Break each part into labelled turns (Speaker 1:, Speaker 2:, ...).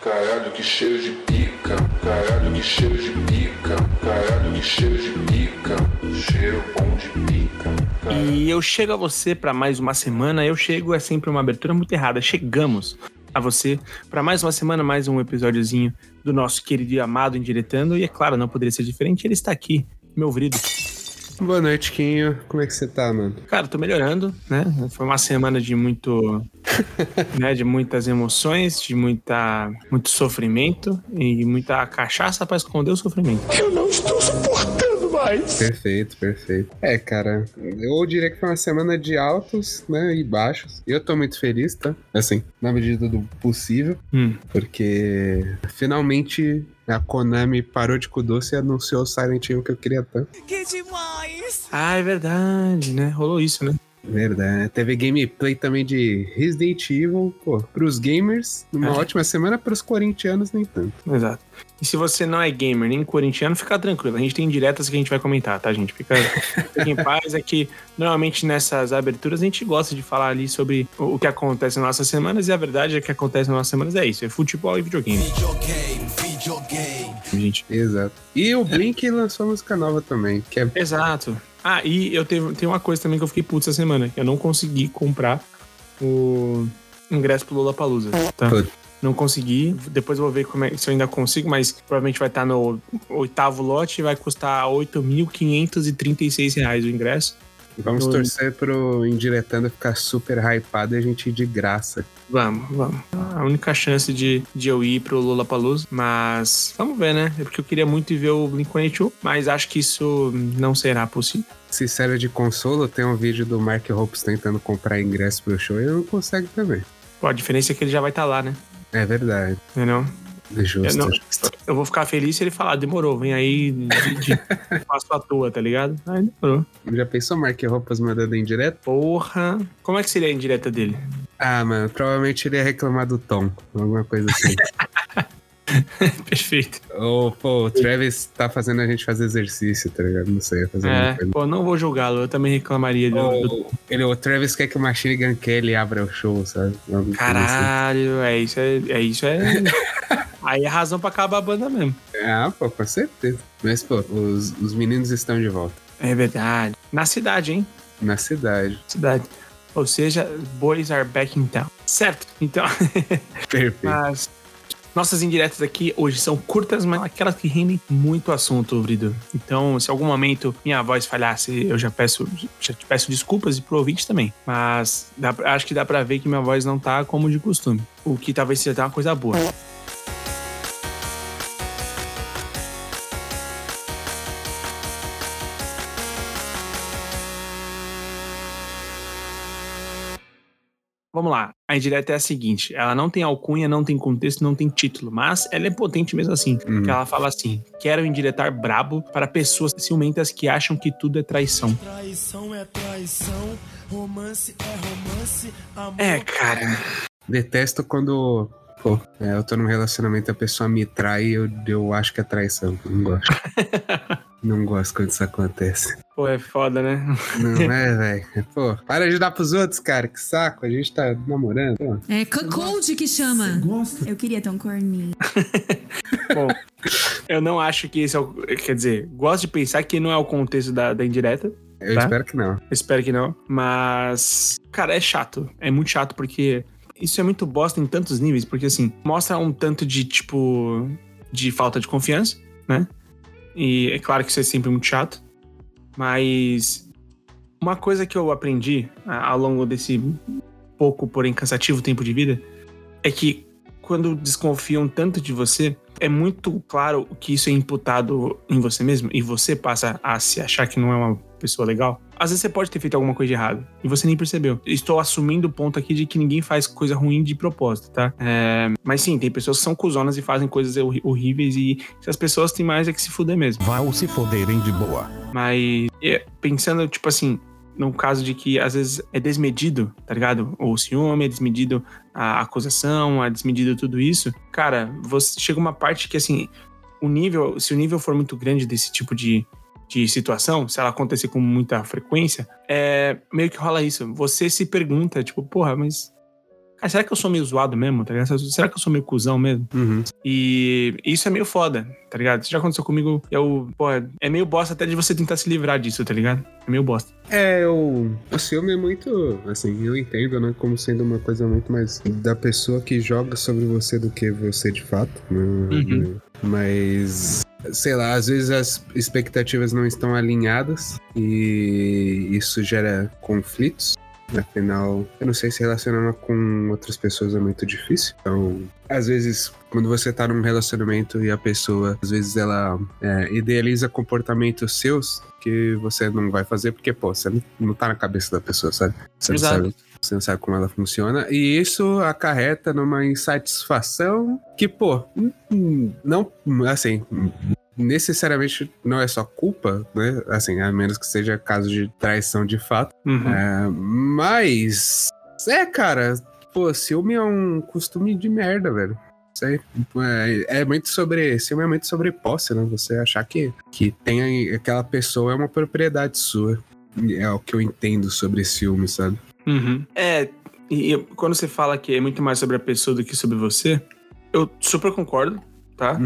Speaker 1: Caralho, que cheiro de pica. Caralho, que cheiro de pica. Caralho, que cheiro de pica. Cheiro bom de pica. Caralho.
Speaker 2: E eu chego a você para mais uma semana. Eu chego é sempre uma abertura muito errada. Chegamos a você para mais uma semana, mais um episódiozinho do nosso querido e amado Indiretando. E é claro, não poderia ser diferente. Ele está aqui, meu ouvido.
Speaker 3: Boa noite, Quinho. Como é que você tá, mano?
Speaker 2: Cara, tô melhorando, né? Foi uma semana de muito... né, de muitas emoções, de muito sofrimento e muita cachaça pra esconder o sofrimento.
Speaker 1: Eu não estou suportando mais.
Speaker 3: Perfeito. É, cara, eu diria que foi uma semana de altos, né, e baixos. Eu tô muito feliz, tá? Assim, na medida do possível, porque finalmente a Konami parou de Kudoce e anunciou o Silent Hill que eu queria tanto.
Speaker 4: Que demais!
Speaker 2: Ah, é verdade, né? Rolou isso, né?
Speaker 3: Verdade. Teve gameplay também de Resident Evil, pô, pros gamers, uma ótima semana, pros corintianos nem tanto.
Speaker 2: Exato. E se você não é gamer nem corintiano, fica tranquilo. A gente tem diretas que a gente vai comentar, tá, gente? Fica em paz. É que normalmente nessas aberturas a gente gosta de falar ali sobre o que acontece nas nossas semanas, e a verdade é que acontece nas nossas semanas é isso, é futebol e videogame. Gente.
Speaker 3: Exato. E o Blink lançou música nova também, que é...
Speaker 2: Exato. Ah, e eu tenho uma coisa também que eu fiquei puto essa semana. Eu não consegui comprar o ingresso pro Lollapalooza, tá?
Speaker 3: Puto.
Speaker 2: Não consegui. Depois eu vou ver se eu ainda consigo, mas provavelmente vai estar no 8º lote e vai custar R$8.536 o ingresso.
Speaker 3: Vamos torcer pro Indiretando ficar super hypado e a gente ir de graça.
Speaker 2: Vamos. A única chance de eu ir pro Lollapalooza, mas vamos ver, né? É porque eu queria muito ir ver o Blink-182, mas acho que isso não será possível.
Speaker 3: Se serve de consolo, tem um vídeo do Mark Hoppus tentando comprar ingresso pro show e ele não consegue também.
Speaker 2: Pô, a diferença é que ele já vai estar lá, né?
Speaker 3: É verdade.
Speaker 2: Entendeu?
Speaker 3: É justo.
Speaker 2: Eu vou ficar feliz se ele falar, demorou, vem aí, faço a tua, tá ligado? Aí demorou.
Speaker 3: Já pensou Mark Hoppus mandando indireta?
Speaker 2: Porra, como é que seria a indireta dele?
Speaker 3: Ah, mano, provavelmente ele ia reclamar do tom, alguma coisa assim.
Speaker 2: Perfeito.
Speaker 3: Ou, pô, o Travis tá fazendo a gente fazer exercício, tá ligado? Não sei, fazer alguma coisa.
Speaker 2: Pô, não vou julgá-lo, eu também reclamaria do...
Speaker 3: O Travis quer que o Machine Gun Kelly abra o show, sabe?
Speaker 2: Caralho, assim. é isso. Aí é razão pra acabar a banda mesmo.
Speaker 3: Ah, pô, com certeza. Mas, pô, os meninos estão de volta.
Speaker 2: É verdade. Na cidade, hein?
Speaker 3: Na cidade.
Speaker 2: Ou seja, boys are back in town. Certo? Então...
Speaker 3: Perfeito.
Speaker 2: Mas... Nossas indiretas aqui hoje são curtas, mas aquelas que rendem muito assunto, Vrido. Então, se em algum momento minha voz falhasse, eu já te peço desculpas e pro ouvinte também. Mas acho que dá pra ver que minha voz não tá como de costume. O que talvez seja uma coisa boa. Vamos lá, a indireta é a seguinte, ela não tem alcunha, não tem contexto, não tem título, mas ela é potente mesmo assim, porque ela fala assim, quero indiretar brabo para pessoas ciumentas que acham que tudo é traição.
Speaker 4: Traição é traição, romance é romance, amor...
Speaker 2: Cara...
Speaker 3: Detesto quando... Pô, eu tô num relacionamento e a pessoa me trai e eu acho que é traição. Não gosto. Não gosto quando isso acontece.
Speaker 2: Pô, é foda, né?
Speaker 3: Não é, velho. Pô, para de dar pros outros, cara. Que saco. A gente tá namorando. Pô.
Speaker 5: É cuckold que chama.
Speaker 6: Eu queria ter um corninho.
Speaker 2: Bom, eu não acho que esse é o... Quer dizer, gosto de pensar que não é o contexto da indireta.
Speaker 3: Eu espero que não.
Speaker 2: Espero que não. Mas, cara, é chato. É muito chato porque... Isso é muito bosta em tantos níveis, porque assim, mostra um tanto de, tipo, de falta de confiança, né? E é claro que isso é sempre muito chato, mas uma coisa que eu aprendi ao longo desse pouco, porém cansativo tempo de vida, é que quando desconfiam tanto de você, é muito claro que isso é imputado em você mesmo, e você passa a se achar que não é uma pessoa legal. Às vezes você pode ter feito alguma coisa de errado e você nem percebeu. Estou assumindo o ponto aqui de que ninguém faz coisa ruim de propósito, tá? Mas sim, tem pessoas que são cuzonas e fazem coisas horríveis, e essas pessoas têm mais é que se fuder mesmo.
Speaker 7: Vão se foderem de boa.
Speaker 2: Mas pensando, tipo assim, num caso de que às vezes é desmedido, tá ligado? O ciúme é desmedido, a acusação, é desmedido tudo isso. Cara, você chega uma parte que assim, se o nível for muito grande desse tipo de situação, se ela acontecer com muita frequência, meio que rola isso. Você se pergunta, tipo, porra, mas será que eu sou meio zoado mesmo, tá ligado? Será que eu sou meio cuzão mesmo? E isso é meio foda, tá ligado? Isso já aconteceu comigo, é meio bosta até de você tentar se livrar disso, tá ligado? É meio bosta.
Speaker 3: O ciúme é muito, assim, eu entendo, né, como sendo uma coisa muito mais da pessoa que joga sobre você do que você de fato, né? Mas, sei lá, às vezes as expectativas não estão alinhadas e isso gera conflitos. Afinal, eu não sei se relacionar com outras pessoas é muito difícil. Então, às vezes, quando você tá num relacionamento e a pessoa, às vezes ela idealiza comportamentos seus que você não vai fazer porque, você não tá na cabeça da pessoa, sabe? Você não sabe como ela funciona. E isso acarreta numa insatisfação que, não, assim, necessariamente não é só culpa, né? Assim, a menos que seja caso de traição de fato. Mas, cara, ciúme é um costume de merda, velho. Ciúme é muito sobre posse, né? Você achar que tem aquela pessoa é uma propriedade sua. É o que eu entendo sobre ciúme, sabe?
Speaker 2: E quando você fala que é muito mais sobre a pessoa do que sobre você, eu super concordo, tá?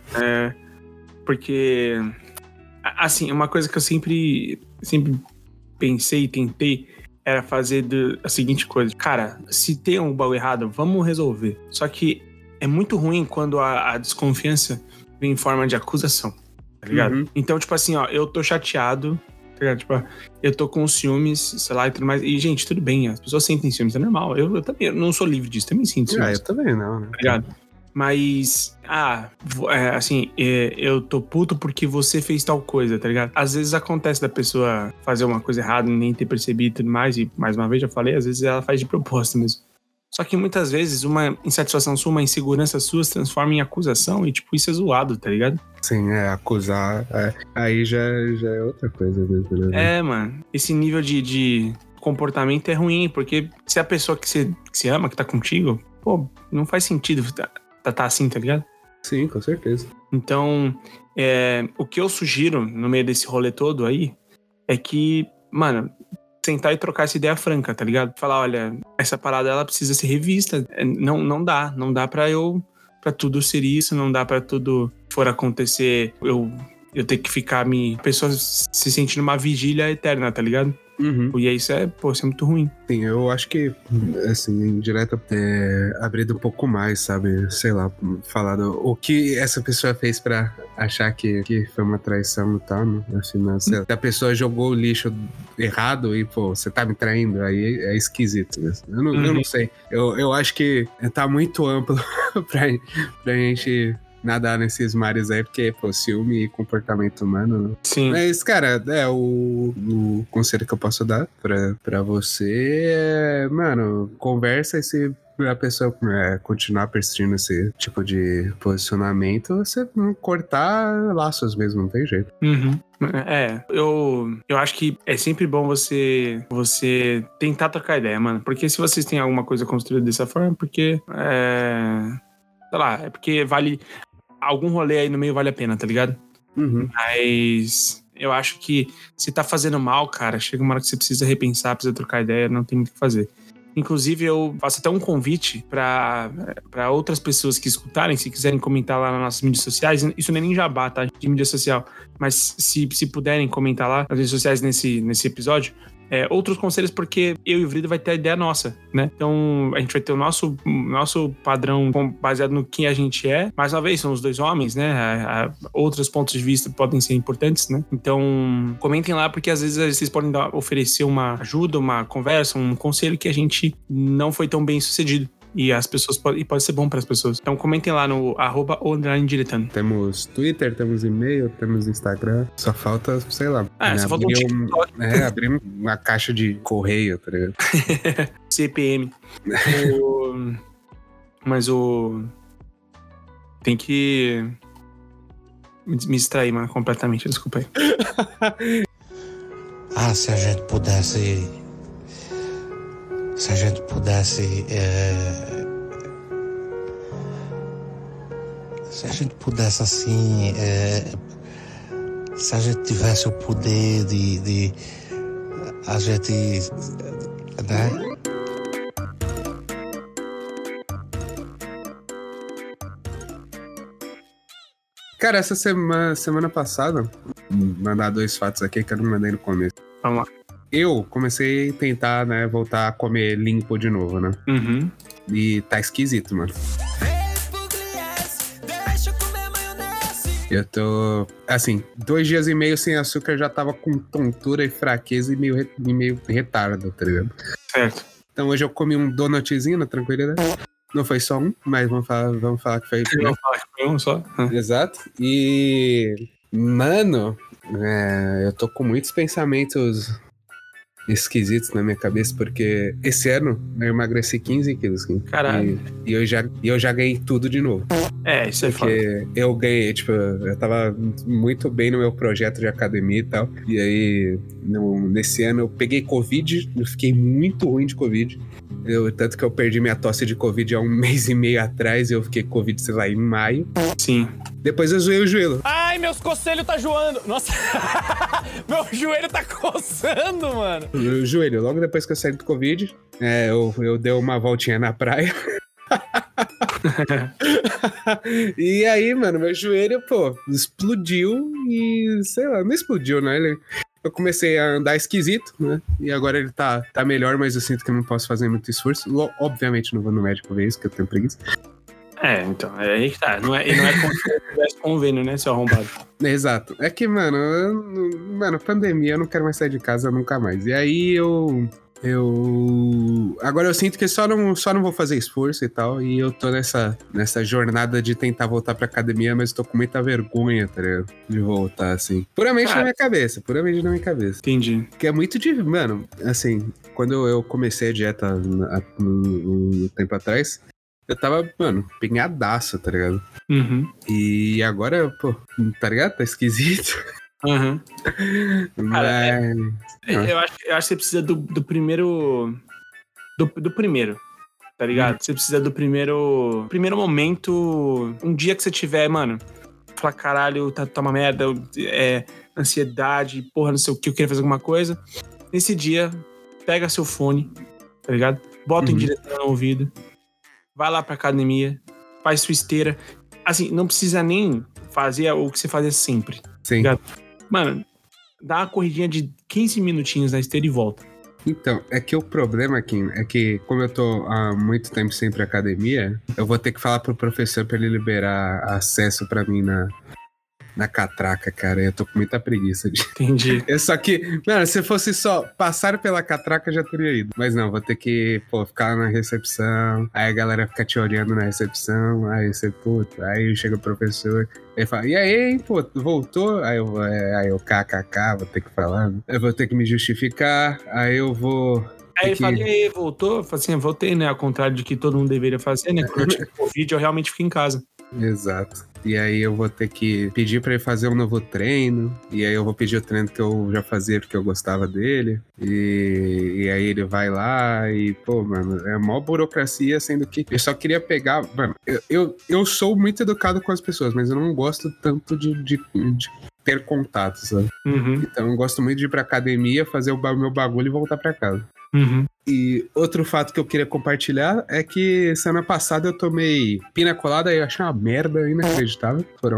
Speaker 2: Porque, assim, uma coisa que eu sempre pensei e tentei era fazer a seguinte coisa. Cara, se tem um bagulho errado, vamos resolver. Só que é muito ruim quando a desconfiança vem em forma de acusação, tá ligado? Então, tipo assim, eu tô chateado, tá ligado? Tipo, eu tô com ciúmes, sei lá, e tudo mais. E, gente, tudo bem, as pessoas sentem ciúmes, é normal. Eu também não sou livre disso, também sinto ciúmes.
Speaker 3: Eu também não, né?
Speaker 2: Tá ligado? Mas, assim, eu tô puto porque você fez tal coisa, tá ligado? Às vezes acontece da pessoa fazer uma coisa errada, nem ter percebido e tudo mais, e mais uma vez já falei, às vezes ela faz de propósito mesmo. Só que muitas vezes uma insatisfação sua, uma insegurança sua se transforma em acusação e, tipo, isso é zoado, tá ligado?
Speaker 3: Sim, acusar, aí já é outra coisa mesmo, né?
Speaker 2: Mano, esse nível de comportamento é ruim, porque se a pessoa que você ama, que tá contigo, não faz sentido tá assim, tá ligado?
Speaker 3: Sim, com certeza.
Speaker 2: Então, o que eu sugiro no meio desse rolê todo aí é que, mano, sentar e trocar essa ideia franca, tá ligado? Falar, olha, essa parada ela precisa ser revista. Não dá pra tudo ser isso, não dá pra tudo for acontecer, eu ter que ficar a pessoa se sentindo uma vigília eterna, tá ligado? E isso isso é muito ruim.
Speaker 3: Sim, eu acho que, assim, direto abrindo um pouco mais, sabe? Sei lá, falado o que essa pessoa fez pra achar que foi uma traição e tal, né? Afinal, se a pessoa jogou o lixo errado e, você tá me traindo, aí é esquisito, né? Eu não sei. Eu acho que tá muito amplo pra gente nadar nesses mares aí, porque, ciúme e comportamento humano.
Speaker 2: Sim.
Speaker 3: Mas, cara, o conselho que eu posso dar pra você é, mano, conversa e se a pessoa continuar persistindo esse tipo de posicionamento, você cortar laços mesmo, não tem jeito.
Speaker 2: Eu acho que é sempre bom você tentar trocar ideia, mano. Porque se vocês têm alguma coisa construída dessa forma, porque sei lá, é porque vale algum rolê aí no meio vale a pena, tá ligado? Mas eu acho que se tá fazendo mal, cara, chega uma hora que você precisa repensar, precisa trocar ideia, não tem muito o que fazer. Inclusive, eu faço até um convite pra outras pessoas que escutarem, se quiserem comentar lá nas nossas mídias sociais. Isso não é nem jabá, tá? De mídia social. Mas se puderem comentar lá nas redes sociais nesse episódio, outros conselhos, porque eu e o Vrido vai ter a ideia nossa, né? Então, a gente vai ter o nosso padrão baseado no que a gente é. Mais uma vez, são os dois homens, né? Outros pontos de vista podem ser importantes, né? Então, comentem lá, porque às vezes vocês podem oferecer uma ajuda, uma conversa, um conselho que a gente não foi tão bem sucedido. E as pessoas pode ser bom para as pessoas. Então comentem lá no @diretando.
Speaker 3: Temos Twitter, temos e-mail, temos Instagram. Só falta, sei lá.
Speaker 2: Só falta um TikTok.
Speaker 3: Abrir uma caixa de correio, tá ligado?
Speaker 2: CPM. Mas tem que me distrair, mano, completamente. Desculpa aí.
Speaker 8: Se a gente pudesse... Se a gente pudesse assim, se a gente tivesse o poder de a gente, né?
Speaker 3: Cara, essa semana passada, vou mandar 2 fatos aqui que eu não mandei no começo.
Speaker 2: Vamos lá.
Speaker 3: Eu comecei a tentar, né, voltar a comer limpo de novo, né?
Speaker 2: Uhum.
Speaker 3: E tá esquisito, mano. Eu tô, assim, 2 dias e meio sem açúcar, já tava com tontura e fraqueza e meio retardo, tá ligado?
Speaker 2: Certo.
Speaker 3: Então hoje eu comi um donutzinho na tranquilidade. Não foi só um, mas vamos falar que foi...
Speaker 2: Vamos falar que foi um só?
Speaker 3: Exato. E, mano, eu tô com muitos pensamentos esquisitos na minha cabeça, porque esse ano eu emagreci 15 quilos.
Speaker 2: Caralho.
Speaker 3: E eu já ganhei tudo de novo.
Speaker 2: Isso aí foda.
Speaker 3: Porque eu ganhei, tipo, eu tava muito bem no meu projeto de academia e tal. E aí, nesse ano eu peguei Covid, eu fiquei muito ruim de Covid. Tanto que eu perdi minha tosse de Covid há 1 mês e meio atrás, eu fiquei Covid, sei lá, em maio.
Speaker 2: Sim.
Speaker 3: Depois eu zoei o joelho.
Speaker 9: Ai, meus conselhos tá joando. Nossa, meu joelho tá coçando, mano.
Speaker 3: O joelho, logo depois que eu saí do Covid, eu dei uma voltinha na praia. E aí, mano, meu joelho, pô, explodiu e, sei lá, não explodiu, né? Eu comecei a andar esquisito, né? E agora ele tá melhor, mas eu sinto que eu não posso fazer muito esforço. Obviamente não vou no médico ver isso, que eu tenho preguiça.
Speaker 2: Então, é aí que tá. Não é como se tivesse convênio, né, seu arrombado?
Speaker 3: Exato. É que, mano, pandemia, eu não quero mais sair de casa nunca mais. E aí agora eu sinto que só não vou fazer esforço e tal, e eu tô nessa jornada de tentar voltar pra academia, mas tô com muita vergonha, tá ligado? De voltar, assim. Puramente na minha cabeça.
Speaker 2: Entendi.
Speaker 3: Que é muito difícil, mano, assim, quando eu comecei a dieta um tempo atrás, eu tava, mano, pinhadaço, tá ligado?
Speaker 2: Uhum.
Speaker 3: E agora, pô, tá ligado? Tá esquisito.
Speaker 2: Uhum. Cara,
Speaker 3: Mas...
Speaker 2: eu acho que você precisa do primeiro... Do primeiro, tá ligado? Você precisa do primeiro momento... Um dia que você tiver, mano... Falar, caralho, tá uma merda... ansiedade, porra, não sei o que... Eu queria fazer alguma coisa... Nesse dia, pega seu fone... Tá ligado? Bota em direção no ouvido... Vai lá pra academia... Faz sua esteira... Assim, não precisa nem fazer o que você fazia sempre.
Speaker 3: Sim.
Speaker 2: Tá ligado? Mano, dá uma corridinha de 15 minutinhos na esteira e volta.
Speaker 3: Então, é que o problema, Kim, é que como eu tô há muito tempo sem ir pra academia, eu vou ter que falar pro professor pra ele liberar acesso pra mim na catraca, cara. Eu tô com muita preguiça de...
Speaker 2: Entendi.
Speaker 3: Só que, mano, se fosse só passar pela catraca, já teria ido. Mas não, vou ter que, ficar na recepção. Aí a galera fica te olhando na recepção. Aí você, aí chega o professor. Ele fala, e aí, hein, voltou? Aí eu kkk, vou ter que falar. Né? Eu vou ter que me justificar. Aí eu vou...
Speaker 2: Aí ele fala, e aí, voltou? Eu falei assim, voltei, né? Ao contrário de que todo mundo deveria fazer, né? Quando eu tive Covid, eu realmente fiquei em casa.
Speaker 3: Exato. E aí eu vou ter que pedir pra ele fazer um novo treino. E aí eu vou pedir o treino que eu já fazia porque eu gostava dele. E aí ele vai lá e, pô, mano, é mó burocracia, sendo que eu só queria pegar... Mano, eu sou muito educado com as pessoas, mas eu não gosto tanto de ter contato, sabe?
Speaker 2: Uhum.
Speaker 3: Então eu gosto muito de ir pra academia, fazer o meu bagulho e voltar pra casa.
Speaker 2: Uhum.
Speaker 3: E outro fato que eu queria compartilhar é que semana passada eu tomei pina colada e eu achei uma merda inacreditável. Foram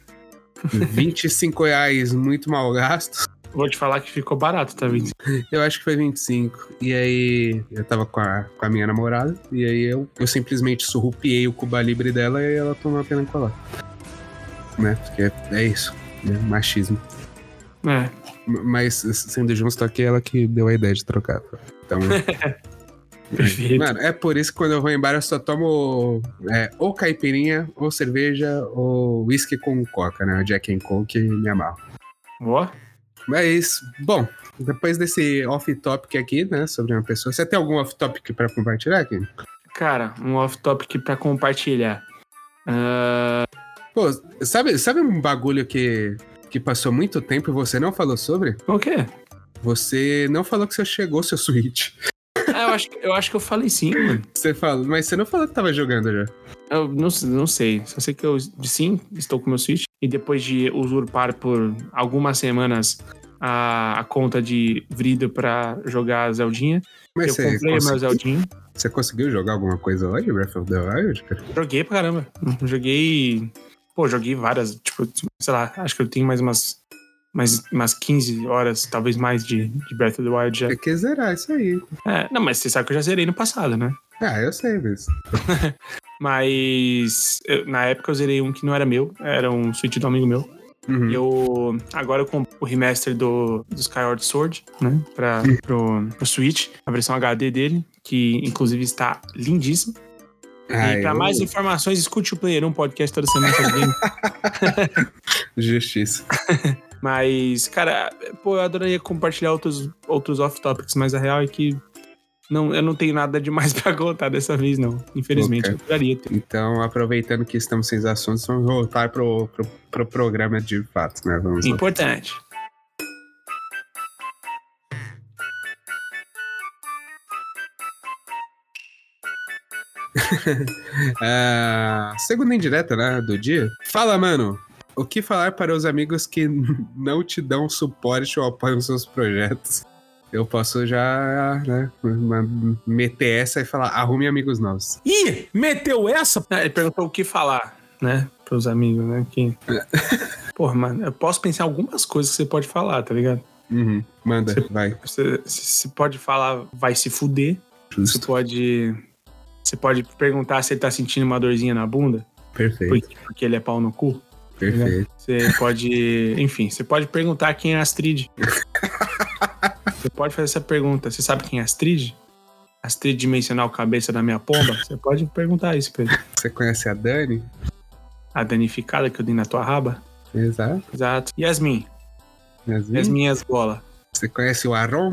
Speaker 3: R$25 muito mal gastos.
Speaker 2: Vou te falar que ficou barato, tá, 25?
Speaker 3: Eu acho que foi 25. E aí eu tava com a minha namorada e aí eu simplesmente surrupiei o Cuba Libre dela e ela tomou a pina colada. Né? Porque é isso, né? Machismo.
Speaker 2: É.
Speaker 3: Mas, sendo justo, aqui ela que deu a ideia de trocar. Então...
Speaker 2: Perfeito.
Speaker 3: Mano, é por isso que quando eu vou em bar eu só tomo ou caipirinha, ou cerveja, ou whisky com coca, né? O Jack and Coke me amarro.
Speaker 2: Boa.
Speaker 3: Mas, bom, depois desse off-topic aqui, né, sobre uma pessoa, você tem algum off-topic pra compartilhar aqui?
Speaker 2: Cara, um off-topic pra compartilhar.
Speaker 3: Pô, sabe um bagulho que passou muito tempo e você não falou sobre?
Speaker 2: O quê?
Speaker 3: Você não falou que você chegou seu Switch.
Speaker 2: Eu acho que eu falei sim, mano.
Speaker 3: Você falou, mas você não falou que tava jogando já.
Speaker 2: Eu não sei. Só sei que eu, sim, estou com meu Switch. E depois de usurpar por algumas semanas a conta de Vrido pra jogar Zeldinha,
Speaker 3: mas
Speaker 2: eu comprei o meu Zeldinha.
Speaker 3: Você conseguiu jogar alguma coisa lá de Breath of the Wild, cara?
Speaker 2: Joguei pra caramba. Joguei Pô, joguei várias, tipo, sei lá, acho que eu tenho mais umas 15 horas, talvez mais, de Breath of the Wild já.
Speaker 3: Tem que zerar isso aí.
Speaker 2: Não, mas você sabe que eu já zerei no passado, né?
Speaker 3: Ah, eu sei disso.
Speaker 2: Mas na época eu zerei um que não era meu, era um Switch do amigo meu.
Speaker 3: Uhum.
Speaker 2: Agora eu comprei o remaster do Skyward Sword, né? Pro Switch, a versão HD dele, que inclusive está lindíssimo. E pra mais informações, escute o Player 1 podcast toda semana.
Speaker 3: Justiça.
Speaker 2: Mas, cara, pô, eu adoraria compartilhar outros off-topics, mas a real é que eu não tenho nada demais pra contar dessa vez, não. Infelizmente, eu adoraria ter.
Speaker 3: Então, aproveitando que estamos sem assuntos, vamos voltar pro programa de fato, né? Vamos lá.
Speaker 2: Importante.
Speaker 3: Segunda indireta, né, do dia. Fala, mano. O que falar para os amigos que não te dão suporte ou apoiam seus projetos? Eu posso já, né, meter essa e falar, arrume amigos novos.
Speaker 9: Ih, meteu essa?
Speaker 2: Ele perguntou o que falar, né, pros amigos, né, que... Porra, mano, eu posso pensar em algumas coisas que você pode falar, tá ligado?
Speaker 3: Uhum. Manda, vai.
Speaker 2: Você pode falar, vai se fuder.
Speaker 3: Justo.
Speaker 2: Você pode perguntar se ele tá sentindo uma dorzinha na bunda.
Speaker 3: Perfeito.
Speaker 2: Porque ele é pau no cu.
Speaker 3: Perfeito.
Speaker 2: Você pode... Enfim, você pode perguntar quem é a Astrid. Você pode fazer essa pergunta. Você sabe quem é a Astrid? Astrid dimensional cabeça da minha pomba? Você pode perguntar isso pra ele.
Speaker 3: Você conhece a Dani?
Speaker 2: A danificada que eu dei na tua raba?
Speaker 3: Exato.
Speaker 2: Yasmin. Yasmin bola.
Speaker 3: Você conhece o Aron?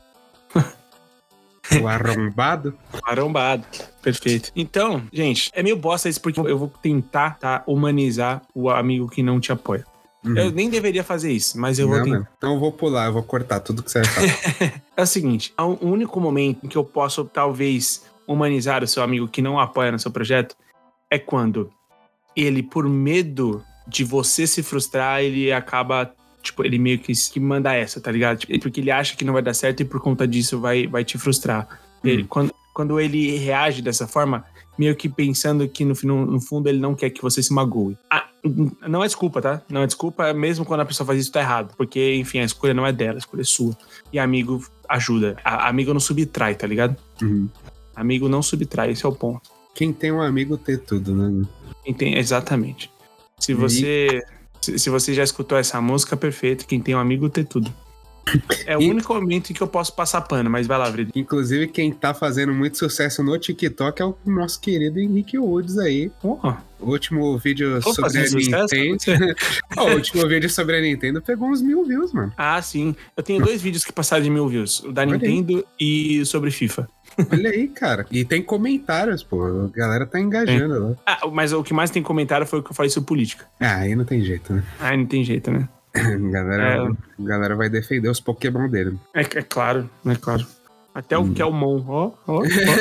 Speaker 3: O arrombado?
Speaker 2: Arrombado. Perfeito. Então, gente, é meio bosta isso porque eu vou tentar humanizar o amigo que não te apoia. Uhum. Eu nem deveria fazer isso, mas eu vou tentar.
Speaker 3: Não. Então eu vou pular, eu vou cortar tudo que você vai falar.
Speaker 2: É o seguinte, o único momento em que eu posso, talvez, humanizar o seu amigo que não apoia no seu projeto é quando ele, por medo de você se frustrar, ele acaba... Tipo, ele meio que manda essa, tá ligado? Tipo, porque ele acha que não vai dar certo e por conta disso vai te frustrar. Ele, quando ele reage dessa forma, meio que pensando que no fundo ele não quer que você se magoe. Não é desculpa, tá? Não é desculpa, mesmo quando a pessoa faz isso tá errado. Porque, enfim, a escolha não é dela, a escolha é sua. E amigo ajuda. Amigo não subtrai, tá ligado?
Speaker 3: Uhum.
Speaker 2: Amigo não subtrai, esse é o ponto.
Speaker 3: Quem tem um amigo tem tudo, né?
Speaker 2: Exatamente. Se você já escutou essa música, perfeito. Quem tem um amigo tem tudo. É o único momento em que eu posso passar pano, mas vai lá, Vrida.
Speaker 3: Inclusive, quem tá fazendo muito sucesso no TikTok é o nosso querido Henrique Woods aí. O último vídeo sobre a Nintendo. O último vídeo sobre a Nintendo pegou uns 1000 views, mano.
Speaker 2: Ah, sim. Eu tenho 2 vídeos que passaram de 1000 views. O da Nintendo e sobre FIFA.
Speaker 3: Olha aí, cara. E tem comentários, pô. A galera tá engajando lá.
Speaker 2: Mas o que mais tem comentário foi o que eu falei sobre política.
Speaker 3: Aí não tem jeito, né?
Speaker 2: Aí não tem jeito, né?
Speaker 3: A galera vai defender os Pokémon dele.
Speaker 2: É claro, é claro. Até o Kelmon, ó.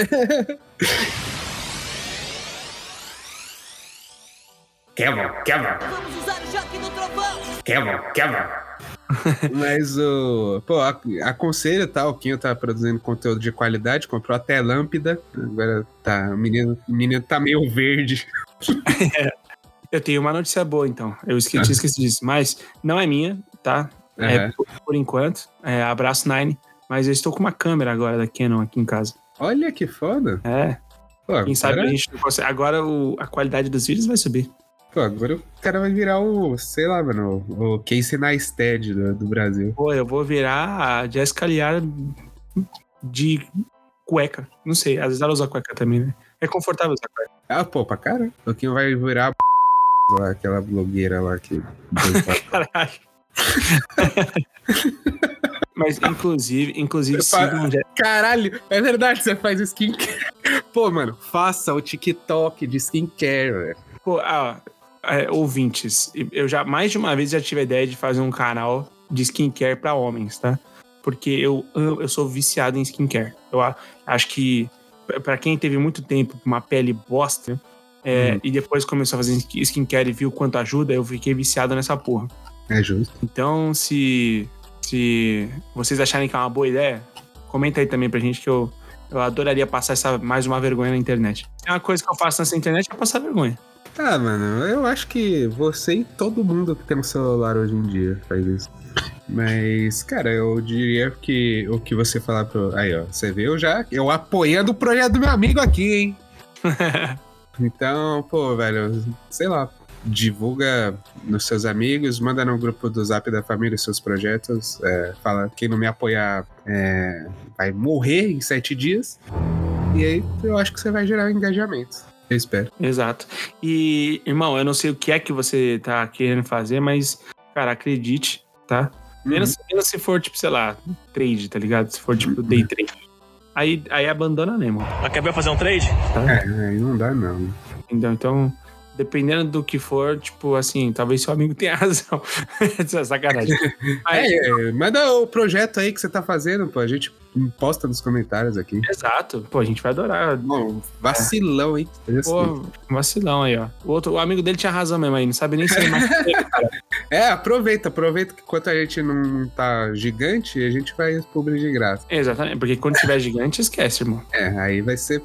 Speaker 3: Kevin.
Speaker 10: Vamos usar o choque do trovão.
Speaker 3: Kevin. Mas aconselho, tá? O Quinho tá produzindo conteúdo de qualidade, comprou até lâmpada. Agora tá, o menino tá meio verde.
Speaker 2: Eu tenho uma notícia boa, então. Eu tinha esquecido disso, mas não é minha, tá? Por enquanto. Abraço, Nine. Mas eu estou com uma câmera agora da Canon aqui em casa.
Speaker 3: Olha que foda.
Speaker 2: Pô, quem sabe a gente não consegue. Agora a qualidade dos vídeos vai subir.
Speaker 3: Pô, agora o cara vai virar o Casey Neistat do Brasil.
Speaker 2: Pô, eu vou virar a Jessica Liar de cueca. Não sei, às vezes ela usa cueca também, né? É confortável usar cueca.
Speaker 3: Pra cara. O Quinho vai virar aquela blogueira lá que...
Speaker 2: Caralho. Mas, inclusive sigam...
Speaker 3: Caralho, é verdade, você faz skincare. Pô, mano, faça o TikTok de skincare, velho.
Speaker 2: Pô, ouvintes, eu já mais de uma vez já tive a ideia de fazer um canal de skincare pra homens, tá? Porque eu sou viciado em skincare. Eu acho que pra quem teve muito tempo com uma pele bosta, e depois começou a fazer skincare e viu quanto ajuda, eu fiquei viciado nessa porra.
Speaker 3: É justo.
Speaker 2: Então, se vocês acharem que é uma boa ideia, comenta aí também pra gente que eu adoraria passar mais uma vergonha na internet. É uma coisa que eu faço nessa internet é passar vergonha.
Speaker 3: Ah, mano, eu acho que você e todo mundo que tem um celular hoje em dia faz isso. Mas, cara, eu diria que o que você falar pro... Aí, ó, você vê eu apoiando o projeto do meu amigo aqui, hein? Então, pô, velho, sei lá, divulga nos seus amigos, manda no grupo do Zap da família os seus projetos, fala, quem não me apoiar vai morrer em 7 dias. E aí eu acho que você vai gerar um engajamento. Eu espero.
Speaker 2: Exato. E, irmão, eu não sei o que é que você tá querendo fazer, mas, cara, acredite, tá? Menos se for, tipo, sei lá, trade, tá ligado? Se for, tipo, day trade. Aí abandona mesmo.
Speaker 9: Mas quer fazer um trade?
Speaker 2: Tá?
Speaker 3: Aí não dá, não.
Speaker 2: Entendeu? Então, dependendo do que for, tipo, assim, talvez seu amigo tenha razão. Sacanagem.
Speaker 3: Manda o projeto aí que você tá fazendo, pô. A gente posta nos comentários aqui.
Speaker 2: Exato. Pô, a gente vai adorar.
Speaker 3: Bom, vacilão, hein?
Speaker 2: Pô, vacilão aí, ó. O amigo dele tinha razão mesmo aí, não sabe nem ser mais que ele, cara.
Speaker 3: Aproveita que enquanto a gente não tá gigante, a gente vai publicar de graça.
Speaker 2: Exatamente, porque quando tiver gigante, esquece, irmão.
Speaker 3: Aí vai ser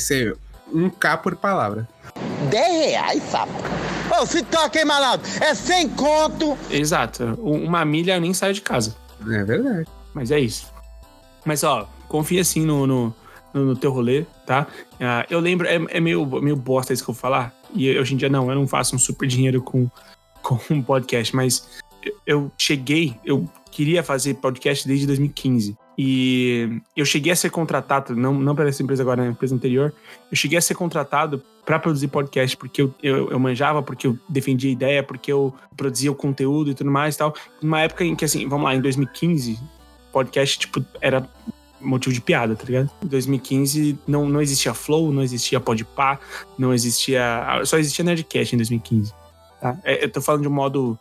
Speaker 3: 1K por palavra.
Speaker 10: R$10, sapo. Ô, se toca, hein, malandro? É 100 conto.
Speaker 2: Exato. 1 milha eu nem saio de casa.
Speaker 3: É verdade.
Speaker 2: Mas é isso. Mas, ó, confia assim no teu rolê, tá? Eu lembro, é meio bosta isso que eu vou falar. E hoje em dia, eu não faço um super dinheiro com um podcast, mas eu queria fazer podcast desde 2015. E eu cheguei a ser contratado, não para essa empresa agora, na empresa anterior, eu cheguei a ser contratado para produzir podcast, porque eu manjava, porque eu defendia a ideia, porque eu produzia o conteúdo e tudo mais e tal. Numa época em que, assim, vamos lá, em 2015, podcast, tipo, era motivo de piada, tá ligado? Em 2015 não existia Flow, não existia Podpah, não existia... Só existia Nerdcast em 2015, tá? Eu tô falando de um modo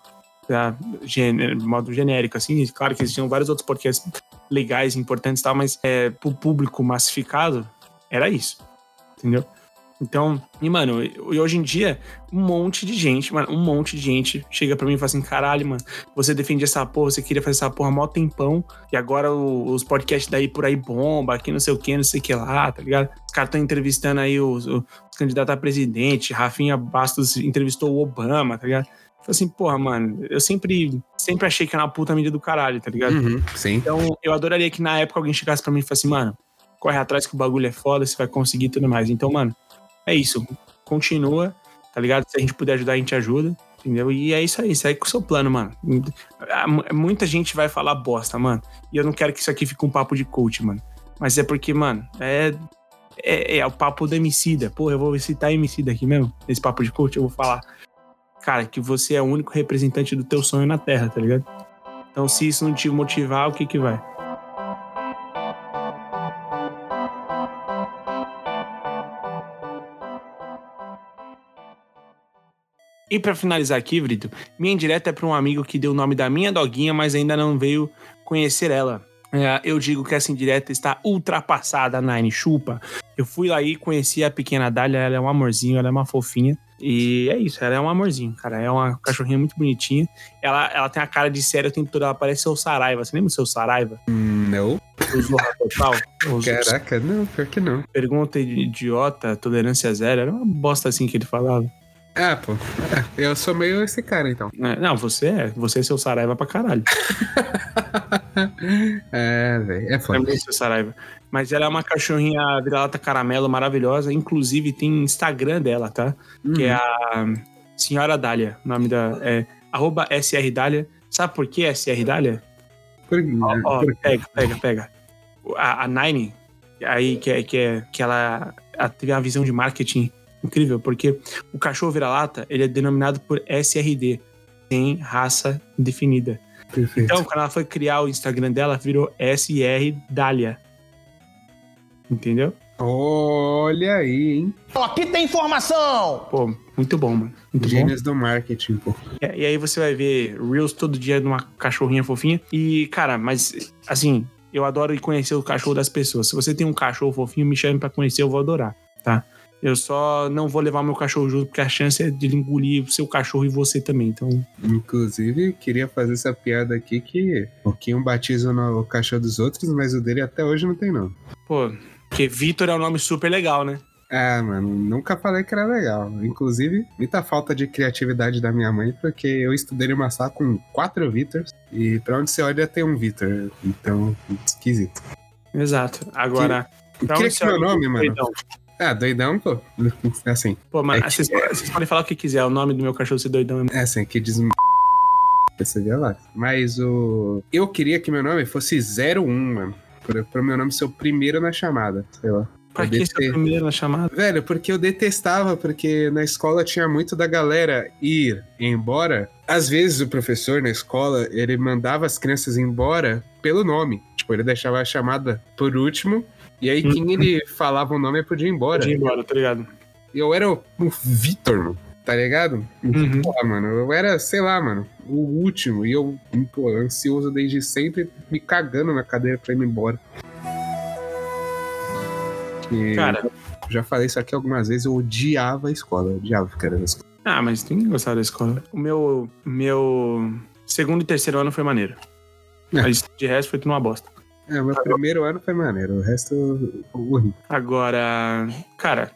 Speaker 2: genérico, assim. Claro que existiam vários outros podcasts legais, importantes e tal, mas pro público massificado, era isso, entendeu? Então, mano, hoje em dia, um monte de gente chega pra mim e fala assim, caralho, mano, você defendia essa porra, você queria fazer essa porra há mó tempão, e agora os podcasts daí por aí bomba, aqui não sei o que lá, tá ligado? Os caras estão entrevistando aí os candidatos a presidente, Rafinha Bastos entrevistou o Obama, tá ligado? Eu falei assim, porra, mano, eu sempre achei que era uma puta mídia do caralho, tá ligado?
Speaker 3: Sim.
Speaker 2: Então, eu adoraria que na época alguém chegasse pra mim e falasse assim, mano, corre atrás que o bagulho é foda, você vai conseguir e tudo mais. Então, mano, é isso. Continua, tá ligado? Se a gente puder ajudar, a gente ajuda, entendeu? E é isso aí, segue com o seu plano, mano. Muita gente vai falar bosta, mano. E eu não quero que isso aqui fique um papo de coach, mano. Mas é porque, mano, é o papo do Emicida. Porra, eu vou citar Emicida aqui mesmo, nesse papo de coach, eu vou falar, cara, que você é o único representante do teu sonho na Terra, tá ligado? Então, se isso não te motivar, o que vai? E pra finalizar aqui, Brito, minha indireta é pra um amigo que deu o nome da minha doguinha, mas ainda não veio conhecer ela. Eu digo que essa indireta está ultrapassada, Nine, chupa. Eu fui lá e conheci a pequena Dália, ela é um amorzinho, ela é uma fofinha. E é isso, ela é um amorzinho, cara. É uma cachorrinha muito bonitinha. Ela tem a cara de sério o tempo todo, ela parece o Saraiva. Você lembra do seu Saraiva?
Speaker 3: Não.
Speaker 2: O Zorra Total?
Speaker 3: Caraca, não, pior que não.
Speaker 2: Pergunta idiota, tolerância zero. Era uma bosta assim que ele falava.
Speaker 3: Pô. Eu sou meio esse cara, então.
Speaker 2: Não, você é seu Saraiva pra caralho.
Speaker 3: Velho, é foda.
Speaker 2: Também seu Saraiva. Mas ela é uma cachorrinha vira-lata caramelo maravilhosa. Inclusive tem Instagram dela, tá? Que é a Senhora Dália. O nome da é @SRDália. Sabe por que SR Dália? Pega. A Nine, aí que ela teve uma visão de marketing incrível, porque o cachorro vira-lata, ele é denominado por SRD, sem raça definida.
Speaker 3: Perfeito.
Speaker 2: Então, quando ela foi criar o Instagram dela, virou SR Dália. Entendeu?
Speaker 3: Olha aí, hein?
Speaker 10: Aqui tem informação!
Speaker 2: Pô, muito bom, mano. Muito
Speaker 3: Gênios do marketing, pô.
Speaker 2: E aí você vai ver Reels todo dia de uma cachorrinha fofinha. E, cara, mas, assim, eu adoro ir conhecer o cachorro das pessoas. Se você tem um cachorro fofinho, me chame pra conhecer, eu vou adorar, tá? Eu só não vou levar meu cachorro junto, porque a chance é de ele engolir o seu cachorro e você também, então...
Speaker 3: Inclusive, queria fazer essa piada aqui que o Kim batiza no cachorro dos outros, mas o dele até hoje não tem, não.
Speaker 2: Pô, porque Vitor é um nome super legal, né?
Speaker 3: Ah, mano, nunca falei que era legal. Inclusive, muita falta de criatividade da minha mãe, porque eu estudei no Massá com 4 Victors, e pra onde você olha tem um Victor. Então, esquisito.
Speaker 2: Exato. Agora...
Speaker 3: Queria que meu nome, mano... Doidão. Ah, doidão, pô. É assim.
Speaker 2: Pô, mas vocês podem falar o que quiser, o nome do meu cachorro ser doidão.
Speaker 3: É assim, que diz... Você vê lá. Mas eu queria que meu nome fosse 01, mano. Pro meu nome ser o primeiro na chamada, sei lá.
Speaker 2: Pra que ser o primeiro na chamada?
Speaker 3: Velho, porque eu detestava, porque na escola tinha muito da galera ir embora. Às vezes o professor na escola, ele mandava as crianças embora pelo nome. Tipo, ele deixava a chamada por último, e aí quem ele falava o nome podia ir embora.
Speaker 2: Podia ir embora, tá ligado?
Speaker 3: E eu era o Vitor, mano. Tá ligado? Porra, mano, eu era, sei lá, mano, o último. E eu, pô, ansioso desde sempre, me cagando na cadeira pra ir embora. E
Speaker 2: cara,
Speaker 3: já falei isso aqui algumas vezes, eu odiava a escola, eu odiava ficar na escola.
Speaker 2: Ah, mas tem que gostar da escola. O meu segundo e terceiro ano foi maneiro. Mas de resto foi tudo uma bosta.
Speaker 3: O meu primeiro ano foi maneiro, o resto horrível.
Speaker 2: Agora, cara,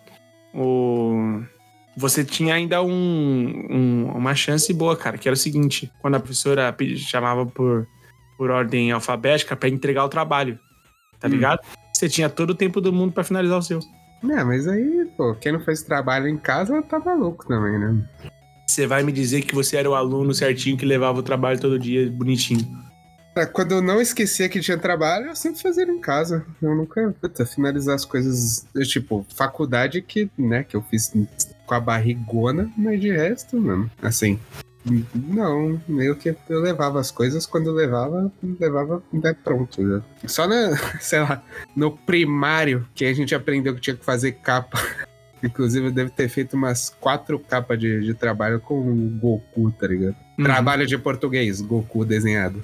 Speaker 2: você tinha ainda uma chance boa, cara, que era o seguinte: quando a professora chamava por ordem alfabética pra entregar o trabalho, tá ligado? Você tinha todo o tempo do mundo pra finalizar o seu.
Speaker 3: Mas aí, pô, quem não fez trabalho em casa tá maluco também, né?
Speaker 2: Você vai me dizer que você era o aluno certinho que levava o trabalho todo dia, bonitinho.
Speaker 3: Quando eu não esquecia que tinha trabalho, eu sempre fazia em casa. Eu nunca, finalizar as coisas, tipo, faculdade que eu fiz com a barrigona, mas de resto, mano, assim... Não, meio que eu levava as coisas, quando eu levava pronto. Já. Só sei lá, no primário que a gente aprendeu que tinha que fazer capa. Inclusive eu devo ter feito umas 4 capas de trabalho com o Goku, tá ligado? Trabalho de português, Goku desenhado.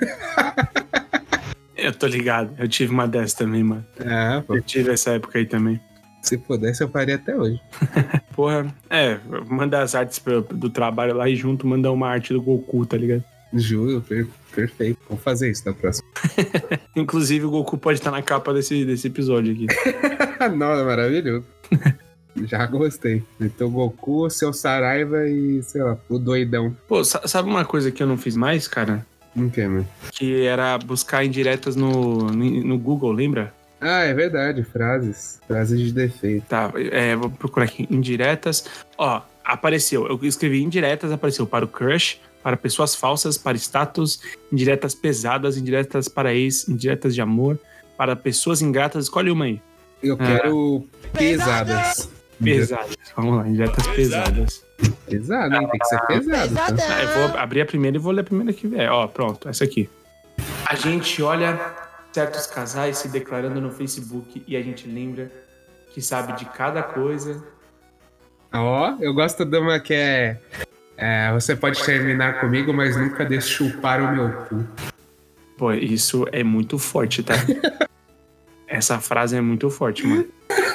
Speaker 2: Eu tô ligado, eu tive uma dessas também, mano.
Speaker 3: Pô.
Speaker 2: Eu tive essa época aí também.
Speaker 3: Se pudesse, eu faria até hoje.
Speaker 2: Porra, manda as artes do trabalho lá e junto manda uma arte do Goku, tá ligado?
Speaker 3: Juro, perfeito. Vamos fazer isso na próxima.
Speaker 2: Inclusive, o Goku pode estar na capa desse episódio aqui.
Speaker 3: Nossa, maravilhoso. Já gostei. Então, Goku, seu Saraiva e, sei lá, o doidão. Pô,
Speaker 2: sabe uma coisa que eu não fiz mais, cara?
Speaker 3: O que, mano?
Speaker 2: Que era buscar indiretas no Google, lembra?
Speaker 3: Ah, é verdade, frases de defeito.
Speaker 2: Tá, vou procurar aqui, indiretas. Ó, apareceu, eu escrevi indiretas, apareceu para o crush, para pessoas falsas, para status, indiretas pesadas, indiretas para ex, indiretas de amor, para pessoas ingratas, escolhe uma aí.
Speaker 3: Eu quero pesadas.
Speaker 2: Pesadas, vamos lá, indiretas pesadas.
Speaker 3: Pesado, hein? Tem que ser pesado. Tá?
Speaker 2: Eu vou abrir a primeira e vou ler a primeira que vier. Ó, pronto, essa aqui. A gente olha certos casais se declarando no Facebook e a gente lembra que sabe de cada coisa.
Speaker 3: Ó, eu gosto de uma que você pode terminar comigo, mas nunca deixe chupar o meu cu.
Speaker 2: Pô, isso é muito forte, tá? Essa frase é muito forte, mano.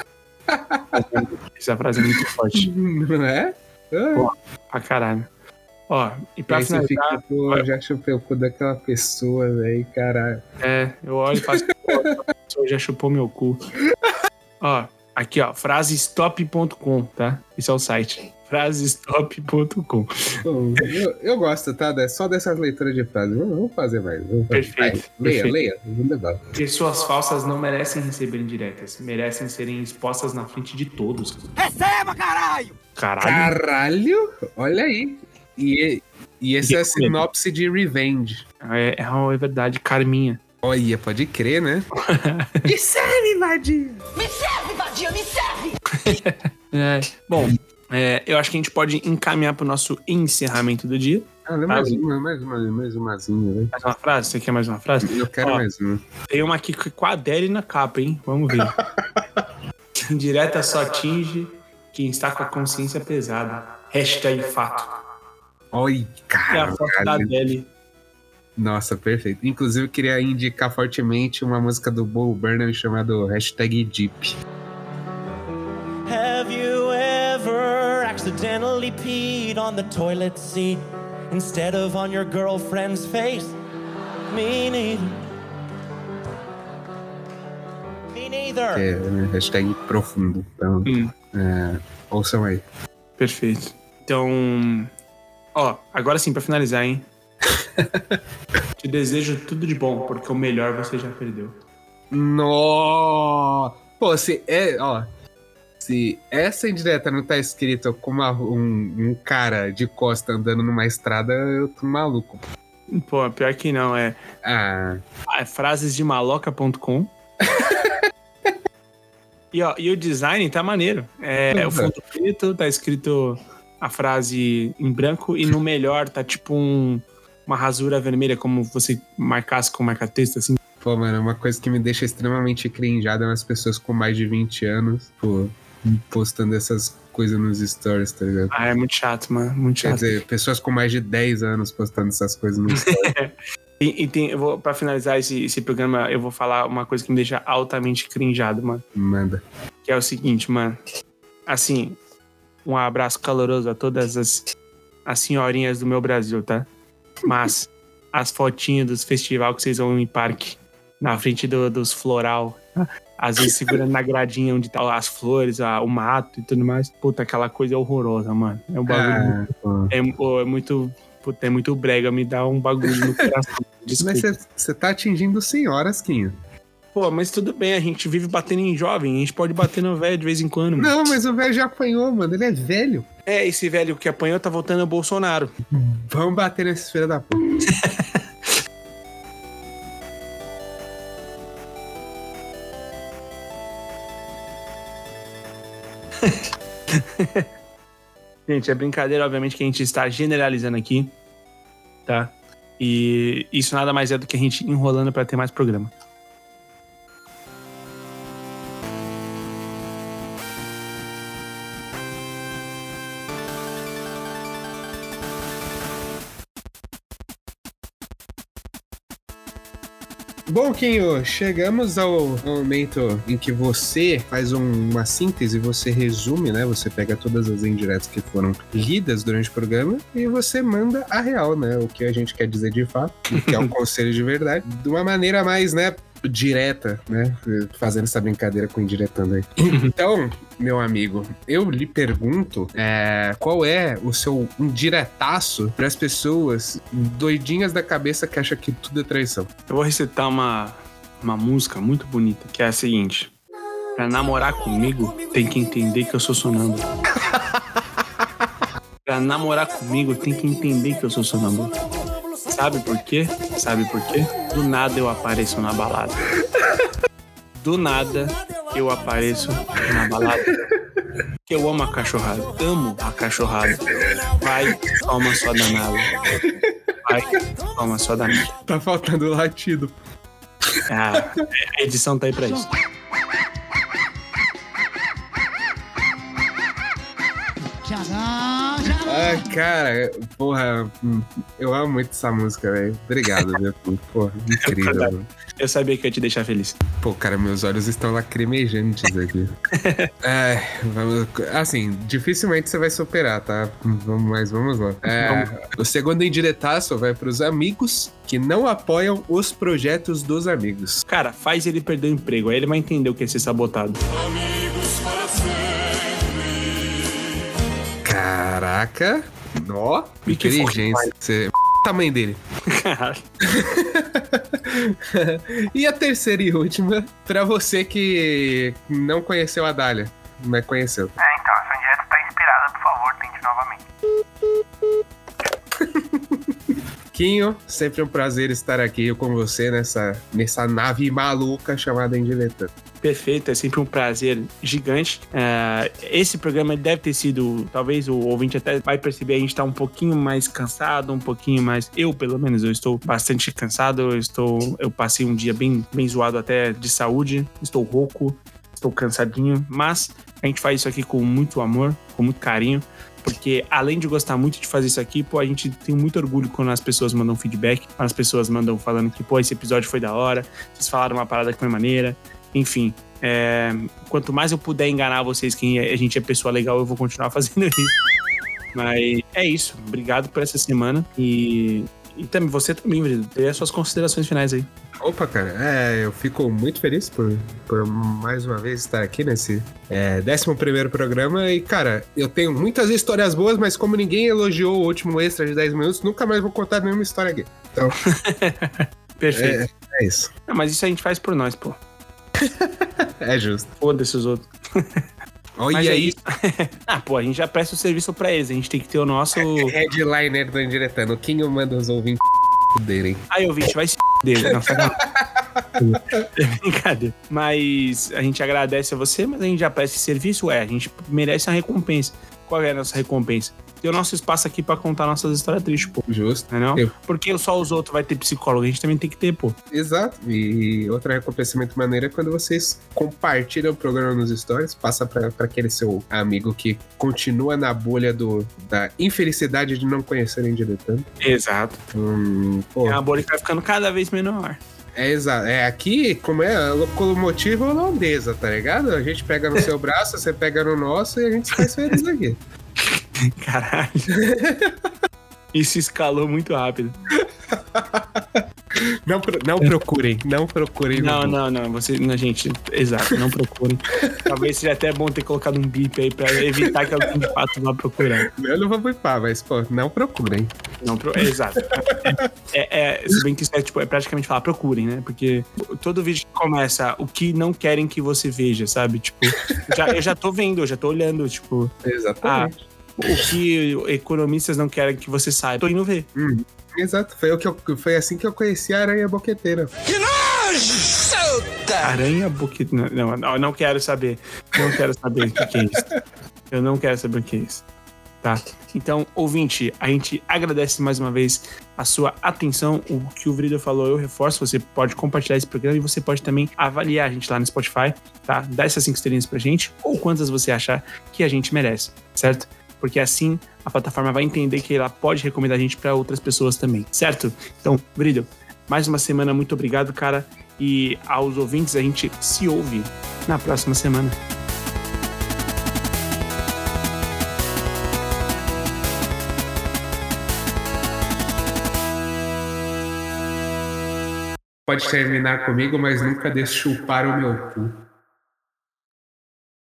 Speaker 2: Essa frase é muito forte.
Speaker 3: Não é?
Speaker 2: Pô, pra caralho. Ó, e pra finalizar...
Speaker 3: Eu já chupei o cu daquela pessoa, velho, caralho.
Speaker 2: Eu olho e faço... a pessoa já chupou meu cu. Ó, aqui, ó, frasestop.com, tá? Esse é o site. Frasestop.com.
Speaker 3: Eu gosto, tá? Só dessas leituras de frases. Vamos fazer mais.
Speaker 2: Perfeito.
Speaker 3: Leia. Vamos levar.
Speaker 2: Pessoas falsas não merecem receber indiretas. Merecem serem expostas na frente de todos.
Speaker 9: Receba, caralho!
Speaker 3: Caralho? Olha aí. E essa é a sinopse de Revenge.
Speaker 2: É verdade, Carminha.
Speaker 3: Olha, pode crer, né? Me serve, vadia!
Speaker 11: Me serve, vadia, me serve!
Speaker 2: Bom, eu acho que a gente pode encaminhar pro nosso encerramento do dia.
Speaker 3: Mais umazinha, velho.
Speaker 2: Mais uma frase? Você quer mais uma frase?
Speaker 3: Eu quero mais uma.
Speaker 2: Tem uma aqui com a Adele na capa, hein? Vamos ver. Indireta só atinge quem está com a consciência pesada. Hashtag fato.
Speaker 3: Oi, cara.
Speaker 2: É a foto da Adele.
Speaker 3: Nossa, perfeito. Inclusive, eu queria indicar fortemente uma música do Bo Burnham chamada Hashtag Deep.
Speaker 4: Have you ever accidentally peed on the toilet seat instead of on your girlfriend's face? Me neither. Me neither.
Speaker 3: Que é hashtag profundo. Então, ouçam aí.
Speaker 2: Perfeito. Então, agora sim, pra finalizar, hein? Te desejo tudo de bom, porque o melhor você já perdeu.
Speaker 3: Nossa! Pô, se essa indireta não tá escrita como um cara de costa andando numa estrada, eu tô maluco.
Speaker 2: Pô, pior que não, é frasesdemaloca.com. E o design tá maneiro. O fundo preto, tá escrito a frase em branco, e no melhor tá tipo uma rasura vermelha, como você marcasse com marca-texto, assim.
Speaker 3: Pô, mano, uma coisa que me deixa extremamente crinjada nas pessoas com mais de 20 anos, pô, postando essas coisas nos stories, tá ligado?
Speaker 2: É muito chato, mano, muito chato.
Speaker 3: Quer dizer, pessoas com mais de 10 anos postando essas coisas nos stories.
Speaker 2: Pra finalizar esse programa, eu vou falar uma coisa que me deixa altamente crinjado, mano.
Speaker 3: Manda.
Speaker 2: Que é o seguinte, mano. Assim, um abraço caloroso a todas as senhorinhas do meu Brasil, tá? Mas as fotinhas dos festivais que vocês vão em parque, na frente dos floral, às vezes segurando na gradinha onde tá as flores, o mato e tudo mais. Puta, aquela coisa é horrorosa, mano. É um bagulho é muito brega, me dá um bagulho no coração.
Speaker 3: Desculpa. Mas você tá atingindo senhoras, Quinho.
Speaker 2: Pô, mas tudo bem, a gente vive batendo em jovem, a gente pode bater no velho de vez em quando. Mano.
Speaker 3: Não, mas o velho já apanhou, mano, ele é velho.
Speaker 2: Esse velho que apanhou tá voltando ao Bolsonaro.
Speaker 3: Vamos bater nesses filhos da puta.
Speaker 2: Gente, é brincadeira, obviamente, que a gente está generalizando aqui, tá? E isso nada mais é do que a gente enrolando para ter mais programa.
Speaker 3: Bom, Quinho, chegamos ao momento em que você faz uma síntese, você resume, né? Você pega todas as indiretas que foram lidas durante o programa e você manda a real, né? O que a gente quer dizer de fato, o que é um conselho de verdade, de uma maneira mais, né? Direta, né? Fazendo essa brincadeira com indiretando aí. Então, meu amigo, eu lhe pergunto qual é o seu indiretaço para as pessoas doidinhas da cabeça que acham que tudo é traição.
Speaker 2: Eu vou recitar uma música muito bonita, que é a seguinte: pra namorar comigo, tem que entender que eu sou sonâmbulo. Pra namorar comigo, tem que entender que eu sou sonâmbulo. Sabe por quê? Do nada eu apareço na balada. Do nada eu apareço na balada. Que eu amo a cachorrada. Amo a cachorrada. Vai, toma sua danada. Vai, toma sua danada.
Speaker 3: Tá faltando latido.
Speaker 2: A edição tá aí pra isso.
Speaker 3: Ah, cara, porra, eu amo muito essa música, velho. Obrigado, viu? Porra, incrível, mano.
Speaker 2: Eu sabia que ia te deixar feliz.
Speaker 3: Pô, cara, meus olhos estão lacrimejantes aqui. Assim, dificilmente você vai superar, tá? Vamos lá. O segundo indiretaço vai pros amigos que não apoiam os projetos dos amigos.
Speaker 2: Cara, faz ele perder o emprego, aí ele vai entender o que é ser sabotado.
Speaker 1: Amigos para sempre.
Speaker 3: Caraca, ó, inteligência. Você tamanho dele.
Speaker 2: Caralho.
Speaker 3: E a terceira e última, pra você que não conheceu a Dália, mas conheceu.
Speaker 12: Então, essa indireta tá inspirada, por favor, tente novamente.
Speaker 3: Quinho, sempre um prazer estar aqui com você nessa nave maluca chamada Indireta.
Speaker 2: Perfeito, é sempre um prazer gigante. Esse programa deve ter sido, talvez o ouvinte até vai perceber, a gente tá um pouquinho mais cansado, um pouquinho mais... Eu, pelo menos, eu estou bastante cansado, eu passei um dia bem zoado até de saúde, estou rouco, estou cansadinho, mas a gente faz isso aqui com muito amor, com muito carinho, porque além de gostar muito de fazer isso aqui, pô, a gente tem muito orgulho quando as pessoas mandam feedback, quando as pessoas mandam falando que, pô, esse episódio foi da hora, vocês falaram uma parada que foi maneira. Enfim, quanto mais eu puder enganar vocês que a gente é pessoa legal, eu vou continuar fazendo isso. Mas é isso. Obrigado por essa semana. E E também, você também, Vrido, dê as suas considerações finais aí.
Speaker 3: Opa, cara, eu fico muito feliz por mais uma vez estar aqui nesse 11º programa. E, cara, eu tenho muitas histórias boas, mas como ninguém elogiou o último extra de 10 minutos, nunca mais vou contar nenhuma história aqui. Então,
Speaker 2: perfeito.
Speaker 3: É isso.
Speaker 2: Não, mas isso a gente faz por nós, pô.
Speaker 3: É justo.
Speaker 2: Foda-se os outros.
Speaker 3: Olha aí.
Speaker 2: Pô, a gente já presta o serviço pra eles. A gente tem que ter o nosso...
Speaker 3: Headliner do Indiretando. Quem manda os ouvintes fuderem?
Speaker 2: Aí, ouvinte, vai se fuder. Não, é brincadeira. Mas a gente agradece a você, mas a gente já presta esse serviço. A gente merece uma recompensa. Qual é a nossa recompensa? Ter o nosso espaço aqui pra contar nossas histórias tristes, pô.
Speaker 3: Justo.
Speaker 2: Não é não? Porque só os outros vai ter psicólogo, a gente também tem que ter, pô.
Speaker 3: Exato. E outra recompensa muito maneira é quando vocês compartilham o programa nos stories, passa pra aquele seu amigo que continua na bolha da infelicidade de não conhecerem Indiretando.
Speaker 2: Exato. É uma bolha que vai ficando cada vez menor.
Speaker 3: Exato. Aqui, como é? Locomotiva holandesa, tá ligado? A gente pega no seu braço, você pega no nosso e a gente faz feliz aqui.
Speaker 2: Caralho. Isso escalou muito rápido.
Speaker 3: Não procurem. Não, gente, exato, não procurem. Talvez seja até bom ter colocado um bip aí pra evitar que alguém de fato vá procurar. Eu não vou bipar, mas, pô, não procurem.
Speaker 2: Exato. Se bem que isso é praticamente falar, procurem, né? Porque todo vídeo que começa o que não querem que você veja, sabe? Tipo, eu já tô vendo, eu já tô olhando, tipo...
Speaker 3: Exatamente.
Speaker 2: O que economistas não querem que você saiba. Tô indo ver.
Speaker 3: Exato, foi assim que eu conheci a aranha boqueteira.
Speaker 10: Que nojo!
Speaker 2: Aranha boqueteira. Não quero saber. Não quero saber o que é isso. Eu não quero saber o que é isso. Tá? Então, ouvinte, a gente agradece mais uma vez a sua atenção. O que o Vrido falou, eu reforço. Você pode compartilhar esse programa e você pode também avaliar a gente lá no Spotify, tá? Dá essas 5 estrelinhas pra gente, ou quantas você achar que a gente merece, certo? Porque assim a plataforma vai entender que ela pode recomendar a gente para outras pessoas também, certo? Então, Vrido, mais uma semana, muito obrigado, cara. E aos ouvintes, a gente se ouve na próxima semana.
Speaker 3: Pode terminar comigo, mas nunca deixe chupar o meu cu.